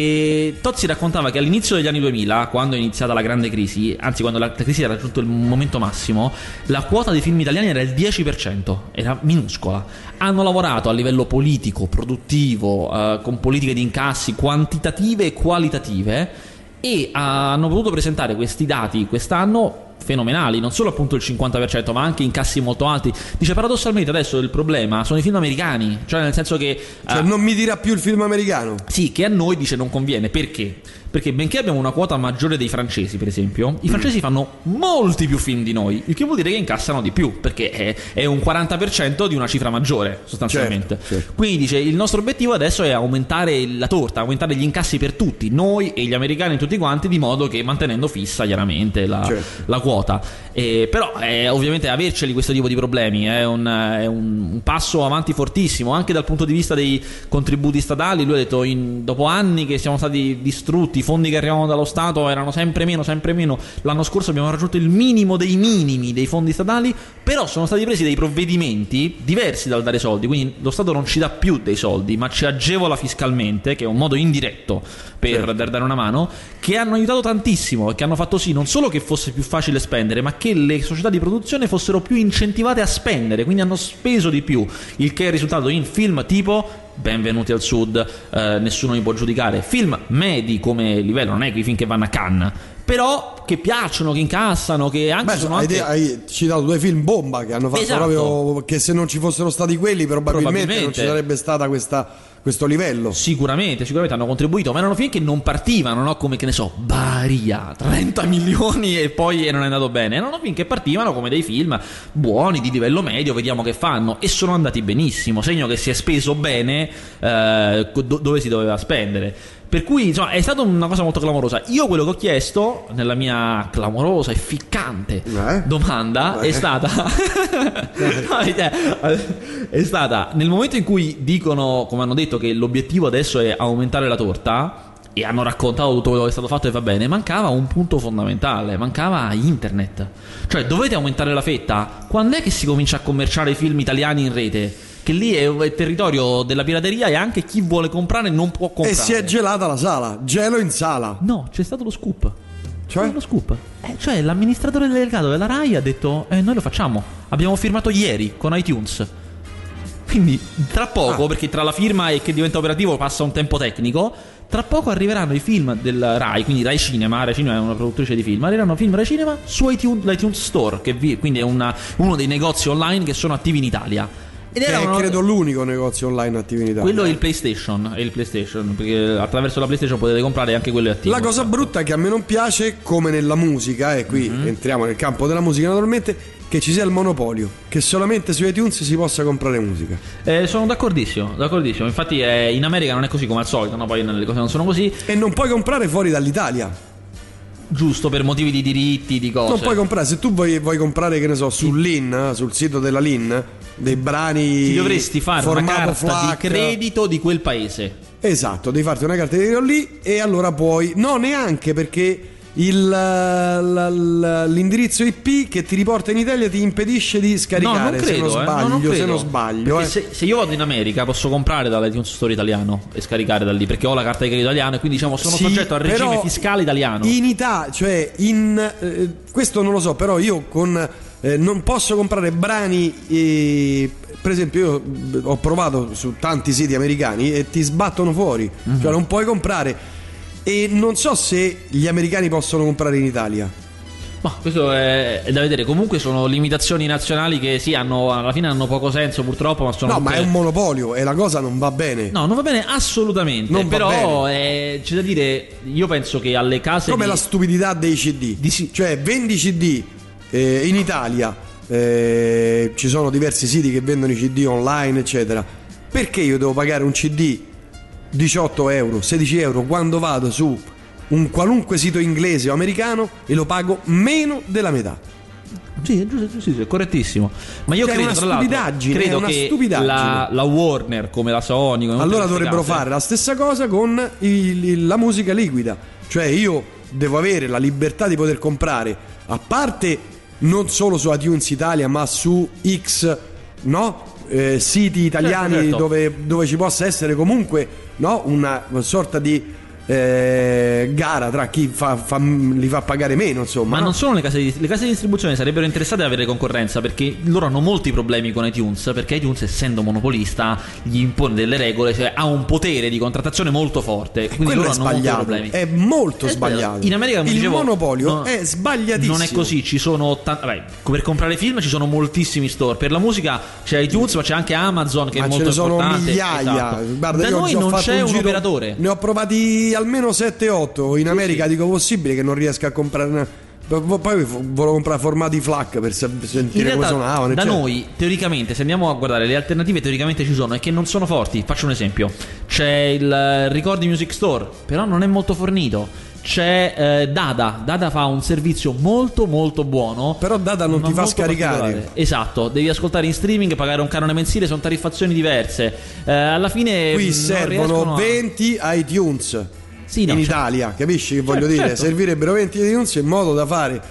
E Tozzi raccontava che all'inizio degli anni duemila, quando è iniziata la grande crisi, anzi quando la crisi era raggiunto il momento massimo, la quota dei film italiani era il dieci per cento, era minuscola. Hanno lavorato a livello politico, produttivo, eh, con politiche di incassi quantitative e qualitative, e hanno potuto presentare questi dati quest'anno fenomenali, non solo appunto il cinquanta per cento ma anche incassi molto alti. Dice, paradossalmente adesso il problema sono i film americani, cioè nel senso che Cioè, eh, non mi dirà più il film americano. sì, che a noi dice non conviene. Perché? Perché benché abbiamo una quota maggiore dei francesi, per esempio, i francesi fanno molti più film di noi, il che vuol dire che incassano di più, perché è, è un quaranta per cento di una cifra maggiore sostanzialmente. Certo, certo. Quindi dice, il nostro obiettivo adesso è aumentare la torta, aumentare gli incassi per tutti, noi e gli americani tutti quanti, di modo che mantenendo fissa chiaramente la, Certo. la quota. Eh, però eh, ovviamente averceli questo tipo di problemi è, un, è un, un passo avanti fortissimo, anche dal punto di vista dei contributi statali. Lui ha detto, in, dopo anni che siamo stati distrutti, i fondi che arrivavano dallo Stato erano sempre meno, sempre meno. L'anno scorso abbiamo raggiunto il minimo dei minimi dei fondi statali, però sono stati presi dei provvedimenti diversi dal dare soldi, quindi lo Stato non ci dà più dei soldi ma ci agevola fiscalmente, che è un modo indiretto per Certo. dare una mano, che hanno aiutato tantissimo e che hanno fatto sì non solo che fosse più facile spendere, ma che le società di produzione fossero più incentivate a spendere, quindi hanno speso di più, il che è risultato in film tipo Benvenuti al Sud, eh, nessuno mi può giudicare, film medi come livello, non è quei film che vanno a Cannes, però che piacciono, che incassano, che anche Beh, sono hai, anche... de- hai citato due film bomba che hanno fatto Esatto. proprio, che se non ci fossero stati quelli probabilmente, non Probabilmente. ci sarebbe stata questa, questo livello. Sicuramente, sicuramente hanno contribuito, ma erano film che non partivano, no? Come, che ne so, Baria, trenta milioni e poi non è andato bene. Erano film che partivano come dei film buoni, di livello medio, vediamo che fanno, e sono andati benissimo, segno che si è speso bene eh, do- dove si doveva spendere. Per cui insomma è stata una cosa molto clamorosa. Io quello che ho chiesto nella mia clamorosa e ficcante Eh? domanda Eh. è stata No, cioè, è stata nel momento in cui dicono, come hanno detto, che l'obiettivo adesso è aumentare la torta, e hanno raccontato tutto quello che è stato fatto e va bene, mancava un punto fondamentale, mancava internet. Cioè, dovete aumentare la fetta? Quando è che si comincia a commerciare i film italiani in rete? Che lì è il territorio della pirateria e anche chi vuole comprare non può comprare. E si è gelata la sala, gelo in sala. No, c'è stato lo scoop. Cioè? C'è lo scoop. Eh, cioè l'amministratore delegato della Rai ha detto eh, noi lo facciamo. Abbiamo firmato ieri con iTunes. Quindi tra poco, Ah. perché tra la firma e che diventa operativo passa un tempo tecnico, tra poco arriveranno i film del Rai, quindi Rai Cinema. Rai Cinema è una produttrice di film. Arriveranno film Rai Cinema su iTunes, l'iTunes Store, che vi, quindi è una, uno dei negozi online che sono attivi in Italia. Ed Che era è una- credo l'unico negozio online attivo in Italia. quello è il PlayStation, è il PlayStation, perché attraverso la PlayStation potete comprare anche quello attivo. La cosa brutta è che a me non piace, come nella musica, e qui Mm-hmm. entriamo nel campo della musica naturalmente, che ci sia il monopolio, che solamente su iTunes si possa comprare musica. Eh, sono d'accordissimo, d'accordissimo. Infatti eh, in America non è così come al solito, no? Poi le cose non sono così, E non puoi comprare fuori dall'Italia. giusto per motivi di diritti, di cose. Non puoi comprare, se tu vuoi, vuoi comprare, che ne so, sull'I N, sul sito della L I N, dei brani Ti dovresti fare una formato carta FLAC. di credito di quel paese. Esatto, devi farti una carta di credito lì e allora puoi. No, neanche, perché il, la- la- l'indirizzo I P che ti riporta in Italia ti impedisce di scaricare. No, non credo, se non eh. sbaglio, No, non se credo. non sbaglio. Perché eh. se, se io vado in America posso comprare dall'iTunes Store italiano e scaricare da lì, perché ho la carta di credito italiana e quindi diciamo sono Sì, soggetto al regime però fiscale italiano. In Italia, cioè in eh, questo non lo so, però io con eh, non posso comprare brani eh, per esempio io ho provato su tanti siti americani e ti sbattono fuori, mm-hmm. cioè non puoi comprare, e non so se gli americani possono comprare in Italia. Ma questo è, è da vedere. Comunque sono limitazioni nazionali che sì, hanno, alla fine hanno poco senso purtroppo, ma sono no, tutte... ma è un monopolio e la cosa non va bene. No, non va bene assolutamente. Non però è, c'è da dire, io penso che alle case come di... la stupidità dei C D, di sì. Cioè vendi C D eh, in Italia, eh, ci sono diversi siti che vendono i C D online eccetera, perché io devo pagare un C D diciotto euro, sedici euro quando vado su un qualunque sito inglese o americano e lo pago meno della metà? Sì, è giusto, sì, sì, è correttissimo. Ma io Che è credo, una tra l'altro, stupidaggine, credo è una che stupidaggine. La, la Warner, come la Sony, come allora tutte queste dovrebbero case, fare la stessa cosa con il- il- la musica liquida. Cioè io devo avere la libertà di poter comprare, a parte non solo su iTunes Italia ma su X, no? Eh, siti italiani Certo, certo. Dove, dove ci possa essere comunque, no? una, una sorta di eh, gara tra chi fa, fa- li fa pagare meno, insomma. Ma no? non sono le case di, le case di distribuzione sarebbero interessate ad avere concorrenza, perché loro hanno molti problemi con iTunes, perché iTunes, essendo monopolista, gli impone delle regole, cioè ha un potere di contrattazione molto forte, quindi Quello loro è hanno molti sbagliato, problemi. è molto È sbagliato. In America, come il dicevo, monopolio no, è sbagliatissimo. Non è così, ci sono tanti, vabbè, per comprare film ci sono moltissimi store, per la musica c'è iTunes, ma c'è anche Amazon che ma è ce molto ne sono importante. migliaia. Esatto. Guarda, Da io noi oggi ho non fatto c'è un un giro, operatore. ne ho provati almeno sette otto in America, dico possibile che non riesca a comprare una... Poi volevo comprare formati FLAC per se- In sentire realtà, come suonavano, da eccetera. noi, teoricamente, se andiamo a guardare le alternative, teoricamente ci sono e che non sono forti. Faccio un esempio: c'è il eh, Ricordi Music Store, però non è molto fornito. C'è eh, Dada. Dada fa un servizio molto molto buono, Però Dada non ma ti fa molto scaricare. particolare. Esatto, devi ascoltare in streaming, pagare un canone mensile, sono tariffazioni diverse. Eh, alla fine Qui non servono riescono a- venti iTunes Sì, no, in cioè- Italia, capisci che voglio Certo, dire? certo. Servirebbero venti iTunes in modo da fare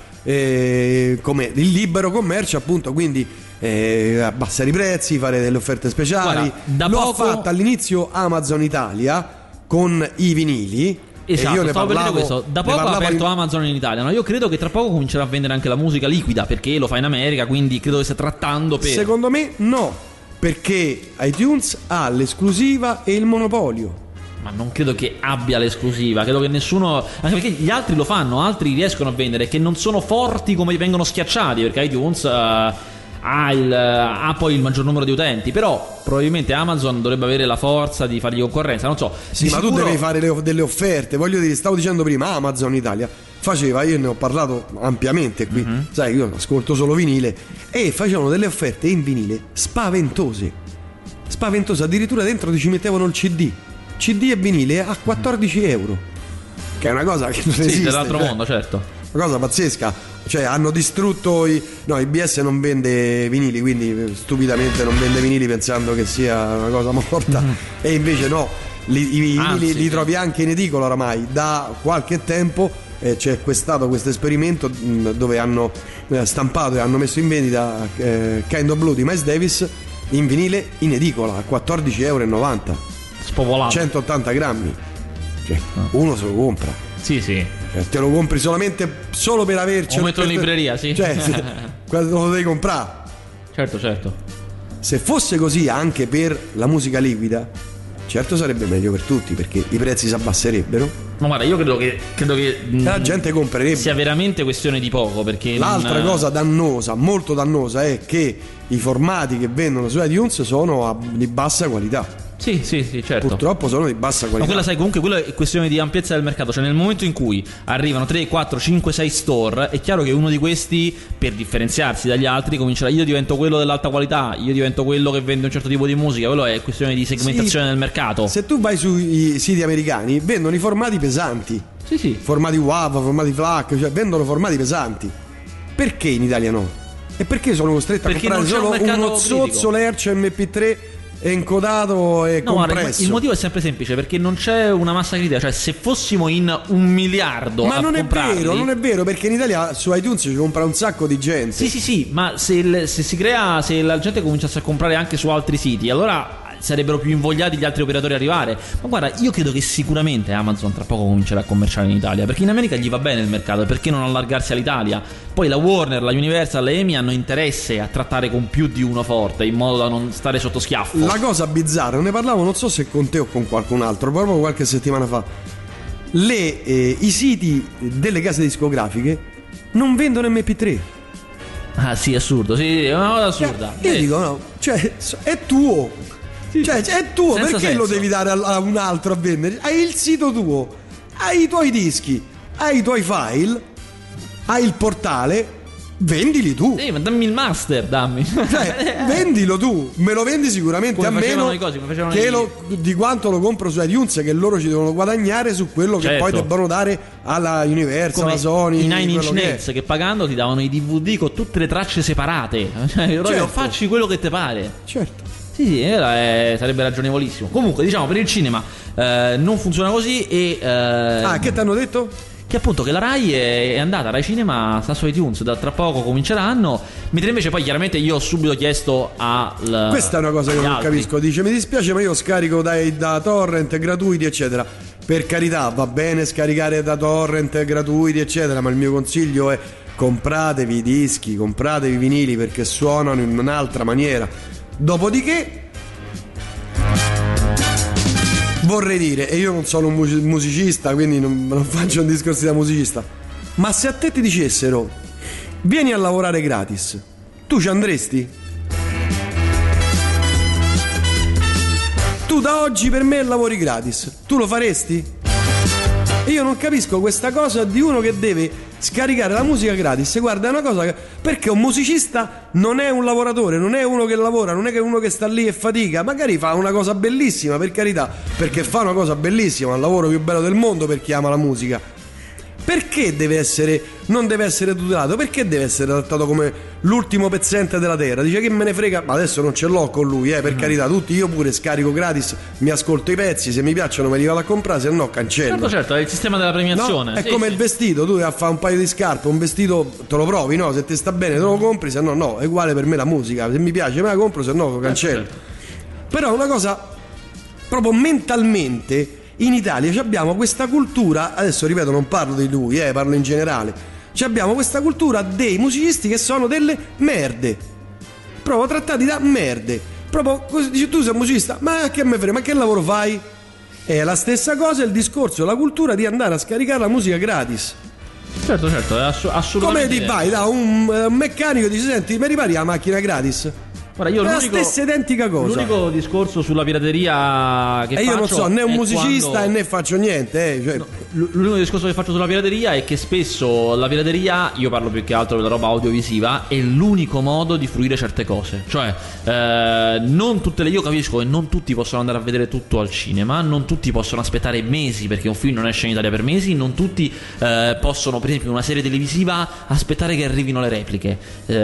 eh, come il libero commercio, appunto, quindi eh, abbassare i prezzi, fare delle offerte speciali. Guarda, da Lo poco- ha fatto all'inizio Amazon Italia con i vinili. Esatto, e io ne stavo per dire parlavo, questo. Da ne poco ha parlavo aperto in- Amazon in Italia, no? Io credo che tra poco comincerà a vendere anche la musica liquida, perché lo fa in America, quindi credo che stia trattando per... Secondo me no, perché iTunes ha l'esclusiva e il monopolio. Ma non credo che abbia l'esclusiva, credo che nessuno, anche perché gli altri lo fanno, altri riescono a vendere, che non sono forti come vengono schiacciati, perché iTunes eh, ha, il, ha poi il maggior numero di utenti, però probabilmente Amazon dovrebbe avere la forza di fargli concorrenza, non so. Sì, di ma tu sicuro- devi fare le- delle offerte. Voglio dire, stavo dicendo prima, Amazon Italia faceva, io ne ho parlato ampiamente qui, Mhm. sai, io ascolto solo vinile, e facevano delle offerte in vinile spaventose. Spaventose, addirittura dentro ti ci mettevano il C D. C D e vinile a quattordici euro. Che è una cosa che non Sì, esiste. dell'altro cioè, mondo, certo. Una cosa pazzesca. Cioè, hanno distrutto i... No, I B S non vende vinili, quindi eh, stupidamente non vende vinili pensando che sia una cosa morta. E invece no, li, i vinili Anzi. li trovi anche in edicola oramai. Da qualche tempo eh, c'è stato questo esperimento mh, dove hanno eh, stampato e hanno messo in vendita eh, Kind of Blue di Miles Davis in vinile in edicola a quattordici e novanta euro. Spopolato. centottanta grammi. Cioè, uno se lo compra. Sì, sì. Cioè, te lo compri solamente solo per averci. Lo metto in libreria, sì. Cioè, se- quello lo devi comprare. Certo, certo. Se fosse così anche per la musica liquida, certo sarebbe meglio per tutti, perché i prezzi si abbasserebbero Ma guarda, io credo che credo che e la gente comprerebbe. sia veramente questione di poco, perché L'altra non- cosa dannosa, molto dannosa, è che i formati che vendono su iTunes sono a- di bassa qualità. Sì, sì, sì, certo. Purtroppo sono di bassa Ma qualità. quella, sai, comunque quella è questione di ampiezza del mercato. Cioè, nel momento in cui arrivano tre, quattro, cinque, sei store, è chiaro che uno di questi, per differenziarsi dagli altri, comincerà: io divento quello dell'alta qualità, io divento quello che vende un certo tipo di musica. Quello è questione di segmentazione Sì, del mercato. Se tu vai sui siti americani, vendono i formati pesanti. Sì, sì. Formati W A V, formati FLAC, cioè vendono formati pesanti. Perché in Italia no? E perché sono costretto Perché a comprare non c'è un solo mercato uno critico. zozzo Lercio M P tre encodato e No, guarda, compresso? il motivo è sempre semplice, perché non c'è una massa critica. Cioè, se fossimo in un miliardo Ma a non è comprarli- vero, non è vero, perché in Italia su iTunes ci compra un sacco di gente. Sì, sì, sì, ma se, il- se si crea, se la gente cominciasse a comprare anche su altri siti, allora sarebbero più invogliati gli altri operatori a arrivare. Ma guarda, io credo che sicuramente Amazon tra poco comincerà a commerciare in Italia, perché in America gli va bene il mercato, perché non allargarsi all'Italia? Poi la Warner, la Universal, la EMI hanno interesse a trattare con più di uno forte, in modo da non stare sotto schiaffo. La cosa bizzarra, ne parlavo non so se con te o con qualcun altro, proprio qualche settimana fa. Le, eh, I siti delle case discografiche non vendono emme pi tre. Ah sì, assurdo, sì, è una cosa assurda. Io eh. dico no, cioè è tuo, Sì, cioè è tuo, senza perché senso. lo devi dare a, a un altro a vendere? Hai il sito tuo, hai i tuoi dischi, hai i tuoi file, hai il portale, vendili tu. Sì, ma dammi il master, dammi. Cioè, vendilo tu, me lo vendi sicuramente Come a meno facevano i cosi, come facevano che i- lo, di quanto lo compro su iTunes, che loro ci devono guadagnare su quello che Certo. poi debbono dare alla Universal, Come alla Sony, i Nine Inch quello che è. Nails che, pagando ti davano i D V D con tutte le tracce separate. Cioè, proprio Certo. facci quello che te pare. Certo. Sì, sì, eh, sarebbe ragionevolissimo. Comunque, diciamo, per il cinema eh, non funziona così e... eh, Ah, che ti hanno detto? che appunto che la Rai è, è andata, Rai Cinema sta su iTunes, da tra poco cominceranno. Mentre invece poi chiaramente io ho subito chiesto al... Questa è una cosa che agli non altri. capisco. Dice: mi dispiace, ma io scarico dai, da torrent gratuiti, eccetera. Per carità, va bene scaricare da torrent gratuiti, eccetera, ma il mio consiglio è: compratevi i dischi, compratevi i vinili, perché suonano in un'altra maniera. Dopodiché vorrei dire, e io non sono un mus- musicista, quindi non, non faccio un discorso da musicista, ma se a te ti dicessero vieni a lavorare gratis, tu ci andresti? Tu da oggi per me lavori gratis, tu lo faresti? Io non capisco questa cosa di uno che deve scaricare la musica gratis. Guarda, è una cosa che... perché un musicista non è un lavoratore, non è uno che lavora, non è che uno che sta lì e fatica. Magari fa una cosa bellissima, per carità, perché fa una cosa bellissima, il lavoro più bello del mondo per chi ama la musica. Perché deve essere, non deve essere tutelato? Perché deve essere trattato come l'ultimo pezzente della terra? Dice: che me ne frega, ma adesso non ce l'ho con lui, eh, per carità, tutti, io pure scarico gratis, mi ascolto i pezzi, se mi piacciono me li vado a comprare, se no cancello. Certo, certo, è il sistema della premiazione. No? È Sì, come sì. il vestito, tu vai a fare un paio di scarpe, un vestito te lo provi, no? Se ti sta bene te lo compri, se no no, è uguale per me la musica, se mi piace me la compro, se no lo cancello. Certo. Però una cosa proprio mentalmente in Italia abbiamo questa cultura, adesso ripeto non parlo di lui, eh, parlo in generale, abbiamo questa cultura dei musicisti che sono delle merde, proprio trattati da merde, proprio così, dici tu sei un musicista, ma che me frega, ma che lavoro fai? È la stessa cosa il discorso, la cultura di andare a scaricare la musica gratis. Certo, certo, è ass- assolutamente. Come ti vai da un, un meccanico e dici: senti, mi ripari la macchina gratis? Guarda, io È la l'unico, stessa identica cosa. l'unico discorso sulla pirateria che E io non faccio so né un è musicista quando- e né faccio niente, eh, cioè, No, l- l'unico discorso che faccio sulla pirateria è che spesso la pirateria, io parlo più che altro della roba audiovisiva, è l'unico modo di fruire certe cose. Cioè, eh, non tutte le. Io capisco che non tutti possono andare a vedere tutto al cinema, non tutti possono aspettare mesi perché un film non esce in Italia per mesi, non tutti eh, possono, per esempio, una serie televisiva aspettare che arrivino le repliche.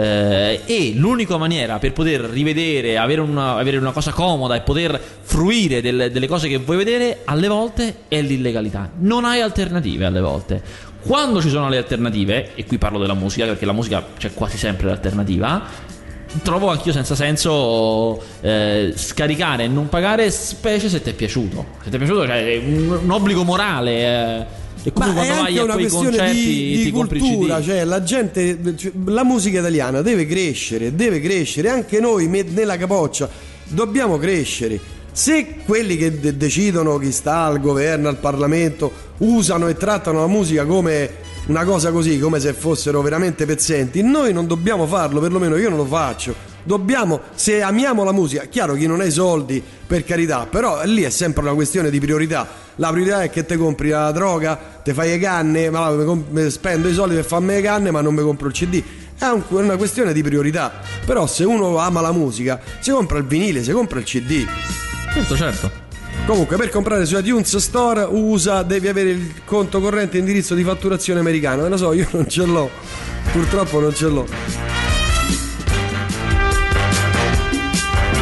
Eh, e l'unica maniera per poter rivedere, avere una, avere una cosa comoda e poter fruire del- delle cose che vuoi vedere, alle volte è l'illegalità. Non hai alternative alle volte. Quando ci sono le alternative, e qui parlo della musica perché la musica c'è quasi sempre l'alternativa, trovo anch'io senza senso eh, scaricare e non pagare, specie se ti è piaciuto. Se ti è piaciuto, cioè, è un, un obbligo morale. Eh. E come ma quando è vai anche a una quei questione concerti di, di ti compri il cultura, C D. cioè la gente, cioè, la musica italiana deve crescere, deve crescere, anche noi me- nella capoccia dobbiamo crescere. Se quelli che de- decidono, chi sta al governo, al Parlamento, usano e trattano la musica come una cosa così, come se fossero veramente pezzenti, noi non dobbiamo farlo, perlomeno io non lo faccio. Dobbiamo, se amiamo la musica, chiaro chi non ha i soldi, per carità, però lì è sempre una questione di priorità. La priorità è che te compri la droga, te fai le canne, ma mi comp- mi spendo i soldi per farmi le canne, ma non mi compro il C D. È un- una questione di priorità. Però se uno ama la musica, si compra il vinile, si compra il C D. Certo, certo. Comunque, per comprare su iTunes Store U S A devi avere il conto corrente e indirizzo di fatturazione americano. E lo so, io non ce l'ho. Purtroppo non ce l'ho. Prego.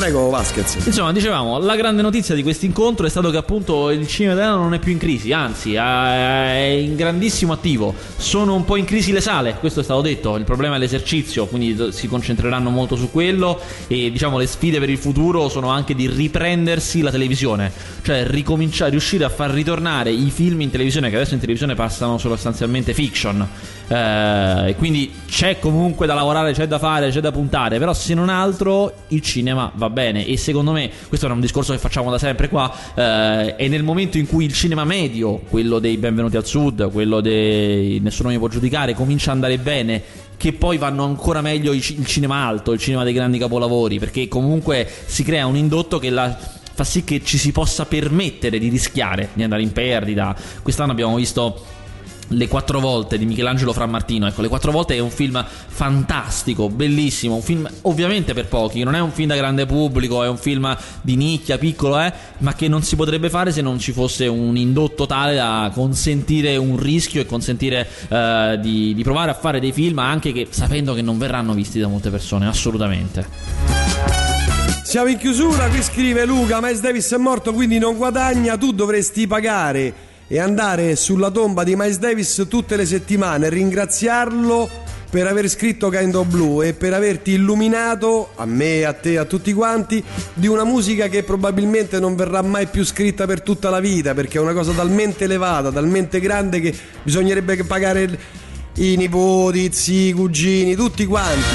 Prego Vasquez. Insomma, dicevamo, la grande notizia di questo incontro è stato che appunto il cinema italiano non è più in crisi, anzi è in grandissimo attivo. Sono un po' in crisi le sale, questo è stato detto, il problema è l'esercizio, quindi si concentreranno molto su quello e diciamo le sfide per il futuro sono anche di riprendersi la televisione, cioè ricominciare, riuscire a far ritornare i film in televisione, che adesso in televisione passano sostanzialmente fiction, eh, quindi c'è comunque da lavorare, c'è da fare, c'è da puntare, però se non altro il cinema va bene. E secondo me, questo è un discorso che facciamo da sempre qua, eh, è nel momento in cui il cinema medio, quello dei Benvenuti al Sud, quello dei Nessuno mi può giudicare, comincia ad andare bene, che poi vanno ancora meglio il cinema alto, il cinema dei grandi capolavori, perché comunque si crea un indotto che la fa sì che ci si possa permettere di rischiare di andare in perdita. Quest'anno abbiamo visto Le quattro volte di Michelangelo Frammartino. Ecco, Le quattro volte è un film fantastico, bellissimo, un film ovviamente per pochi, non è un film da grande pubblico, è un film di nicchia, piccolo, eh, ma che non si potrebbe fare se non ci fosse un indotto tale da consentire un rischio e consentire eh, di, di provare a fare dei film anche che sapendo che non verranno visti da molte persone, assolutamente. Siamo in chiusura, qui scrive Luca: Miles Davis è morto quindi non guadagna, tu dovresti pagare e andare sulla tomba di Miles Davis tutte le settimane, ringraziarlo per aver scritto Kind of Blue e per averti illuminato, a me, a te, a tutti quanti, di una musica che probabilmente non verrà mai più scritta per tutta la vita, perché è una cosa talmente elevata, talmente grande che bisognerebbe pagare i nipoti, i zii, i cugini, tutti quanti.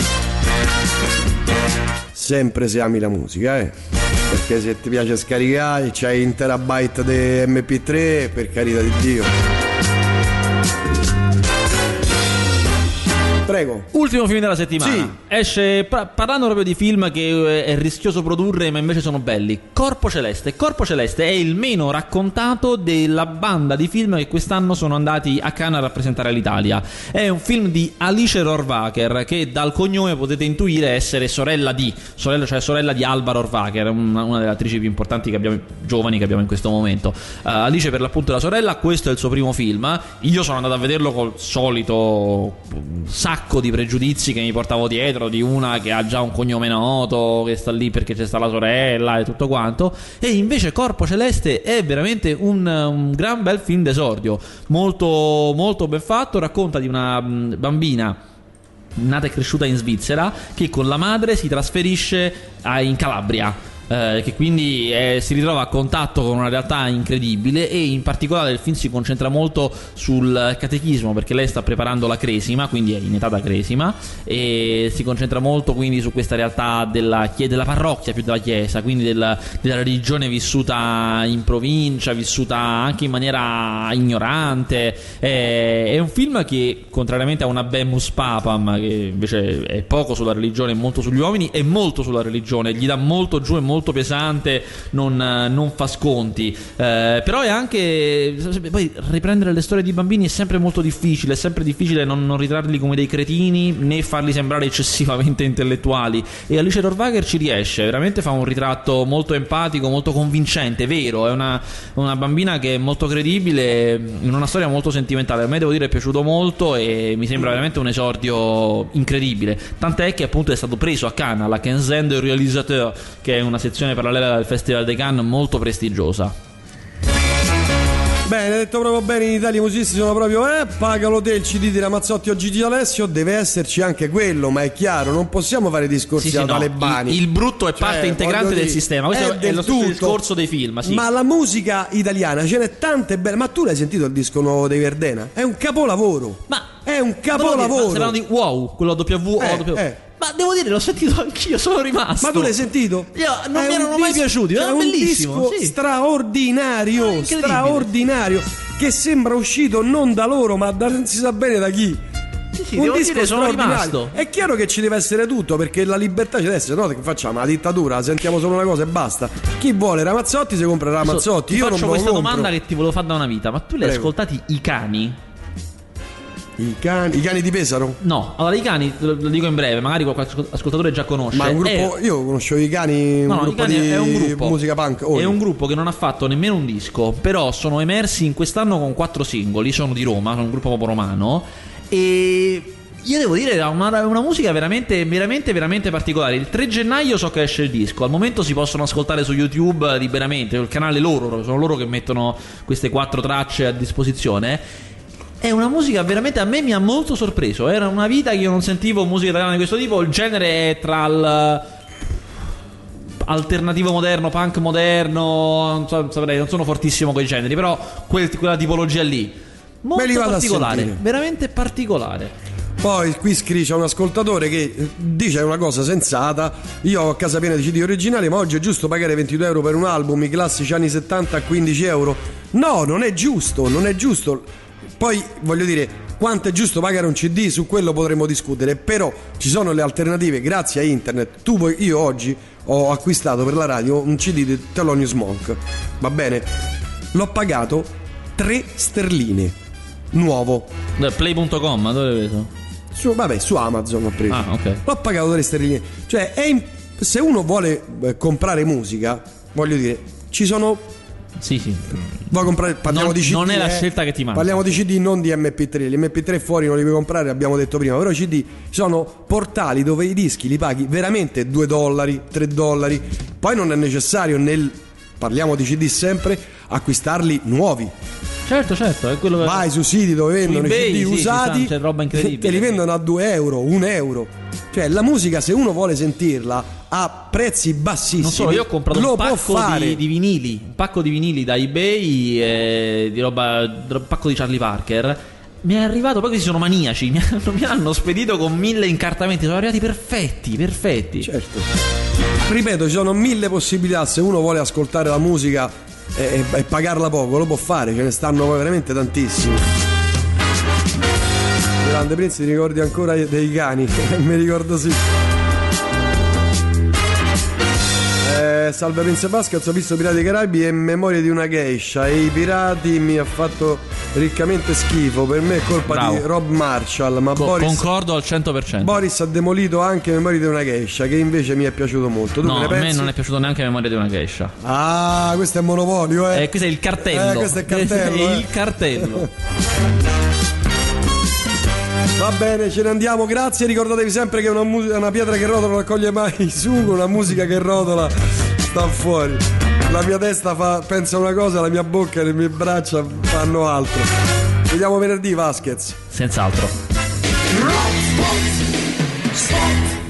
Sempre se ami la musica, eh, perché se ti piace scaricare c'hai un terabyte di emme pi tre, per carità di Dio. Prego. Ultimo film della settimana. Sì. Esce pa- parlando proprio di film che è rischioso produrre ma invece sono belli. Corpo Celeste. Corpo Celeste è il meno raccontato della banda di film che quest'anno sono andati a Cannes a rappresentare l'Italia. È un film di Alice Rohrwacher, che dal cognome potete intuire essere sorella di sorella, cioè sorella di Alba Rohrwacher, una, una delle attrici più importanti che abbiamo, giovani che abbiamo in questo momento. uh, Alice per l'appunto è la sorella. Questo è il suo primo film. Io sono andato a vederlo col solito sacco di pregiudizi che mi portavo dietro, di una che ha già un cognome noto, che sta lì perché c'è sta la sorella e tutto quanto, e invece Corpo Celeste è veramente un, un gran bel film d'esordio, molto molto ben fatto. Racconta di una mh, bambina nata e cresciuta in Svizzera che con la madre si trasferisce a, in Calabria, Eh, che quindi eh, si ritrova a contatto con una realtà incredibile, e in particolare il film si concentra molto sul catechismo, perché lei sta preparando la cresima, quindi è in età da cresima, e si concentra molto quindi su questa realtà della, della parrocchia più della chiesa, quindi della, della religione vissuta in provincia, vissuta anche in maniera ignorante. Eh, è un film che, contrariamente a una Bemus Papam, che invece è poco sulla religione e molto sugli uomini, è molto sulla religione, gli dà molto giù e molto molto pesante, non, non fa sconti, eh, però è anche, poi riprendere le storie di bambini è sempre molto difficile, è sempre difficile non, non ritrarli come dei cretini né farli sembrare eccessivamente intellettuali, e Alice Rohrwacher ci riesce, veramente fa un ritratto molto empatico, molto convincente, vero, è una, una bambina che è molto credibile in una storia molto sentimentale. A me, devo dire, è piaciuto molto e mi sembra veramente un esordio incredibile, tant'è che appunto è stato preso a Cannes alla Quinzaine de Réalisateur, che è una sezione parallela del Festival di Cannes molto prestigiosa. Bene, detto proprio bene, in Italia i musicisti sono proprio eh, pagalo te il C D di Ramazzotti o Gigi D'Alessio, deve esserci anche quello, ma è chiaro, non possiamo fare discorsi sì, sì, da no, talebani. Il, il brutto è cioè, parte integrante del dire, sistema, questo è, è lo stesso discorso dei film, sì. Ma la musica italiana ce n'è tante belle, ma tu l'hai sentito il disco nuovo dei Verdena? È un capolavoro. Ma è un capolavoro. Dire, ma di Wow, quello W eh, o W. Eh. Ma devo dire, l'ho sentito anch'io, sono rimasto. Ma tu l'hai sentito? Io non è mi erano mai disco, piaciuti, cioè, era un bellissimo, disco sì. straordinario, ah, straordinario, che sembra uscito non da loro, ma da non si sa bene da chi. Sì, sì, un devo disco dire, sono rimasto. È chiaro che ci deve essere tutto, perché la libertà c'è adesso, no? Che facciamo? La dittatura, sentiamo solo una cosa e basta. Chi vuole Ramazzotti si compra Ramazzotti. Ti Io faccio non questa compro. domanda che ti volevo fare da una vita, ma tu li hai Prego. ascoltati i cani? I cani, I cani di Pesaro? No, allora i cani, lo lo dico in breve, magari qualche ascoltatore già conosce. Ma un gruppo, è... io conoscevo i cani, un no, no, gruppo i cani di è un gruppo, musica punk. Oh, è un gruppo che non ha fatto nemmeno un disco, però sono emersi in quest'anno con quattro singoli, sono di Roma, sono un gruppo proprio romano, e Io devo dire, è una, una musica veramente, veramente, veramente particolare. Il tre gennaio so che esce il disco. Al momento si possono ascoltare su YouTube liberamente. Il canale loro, sono loro che mettono queste quattro tracce a disposizione. È una musica veramente, a me mi ha molto sorpreso. Era una vita che io non sentivo musica italiana di questo tipo. Il genere è tra il alternativo moderno, punk moderno, non so, saprei, non sono fortissimo con i generi, però quel, quella tipologia lì molto particolare, veramente particolare. Poi qui scrive, c'è un ascoltatore che dice una cosa sensata: io ho a casa piena di C D originali, ma oggi è giusto pagare ventidue euro per un album, i classici anni settanta a quindici euro? No, non è giusto, non è giusto. Poi voglio dire, quanto è giusto pagare un C D, su quello potremmo discutere, però ci sono le alternative grazie a internet. Tu puoi, io oggi ho acquistato per la radio un C D di Thelonious Monk, va bene? L'ho pagato tre sterline, nuovo. Play punto com, dove l'hai preso? Su, vabbè, su Amazon ho preso. Ah, ok. L'ho pagato tre sterline. Cioè, è in, se uno vuole eh, comprare musica, voglio dire, ci sono. Sì, sì. Vuoi comprare? Parliamo non, di C D. Non è la eh, scelta che ti manca. Parliamo di C D, non di M P tre. Gli M P tre fuori non li puoi comprare, abbiamo detto prima. Però i C D sono portali dove i dischi li paghi veramente due dollari, tre dollari. Poi non è necessario nel. Parliamo di C D sempre, acquistarli nuovi. Certo, certo, è quello che... Vai su siti dove vendono eBay, i C D sì, usati, c'è roba incredibile. te li vendono a due euro, un euro. Cioè la musica, se uno vuole sentirla a prezzi bassissimi, non so, io ho comprato lo un può pacco fare. Di, di vinili, un pacco di vinili da eBay, eh, di roba, un pacco di Charlie Parker. Mi è arrivato, poi questi sono maniaci, mi hanno, mi hanno spedito con mille incartamenti, sono arrivati perfetti, perfetti. Certo. Ripeto, ci sono mille possibilità, se uno vuole ascoltare la musica e, e pagarla poco, lo può fare, ce ne stanno veramente tantissimi. Grande Prince, ti ricordi ancora dei cani? Mi ricordo sì. Eh, salve Prince Basket, ho visto Pirati dei Caraibi e Memoria di una geisha e i pirati mi ha fatto riccamente schifo. Per me è colpa Bravo. di Rob Marshall, ma Co- Boris, concordo al cento per cento. Boris ha demolito anche Memoria di una geisha, che invece mi è piaciuto molto. Tu No, che ne a me pensi? non è piaciuto neanche Memoria di una geisha. Ah, questo è monopolio, eh. Eh, questo è il cartello. Eh, questo è il cartello, È eh. il cartello. Va bene, ce ne andiamo, grazie. Ricordatevi sempre che una, mu- una pietra che rotola non accoglie mai il sugo, una musica che rotola sta fuori. La mia testa fa, pensa una cosa, la mia bocca e le mie braccia fanno altro. Vediamo venerdì, Vasquez. Senz'altro.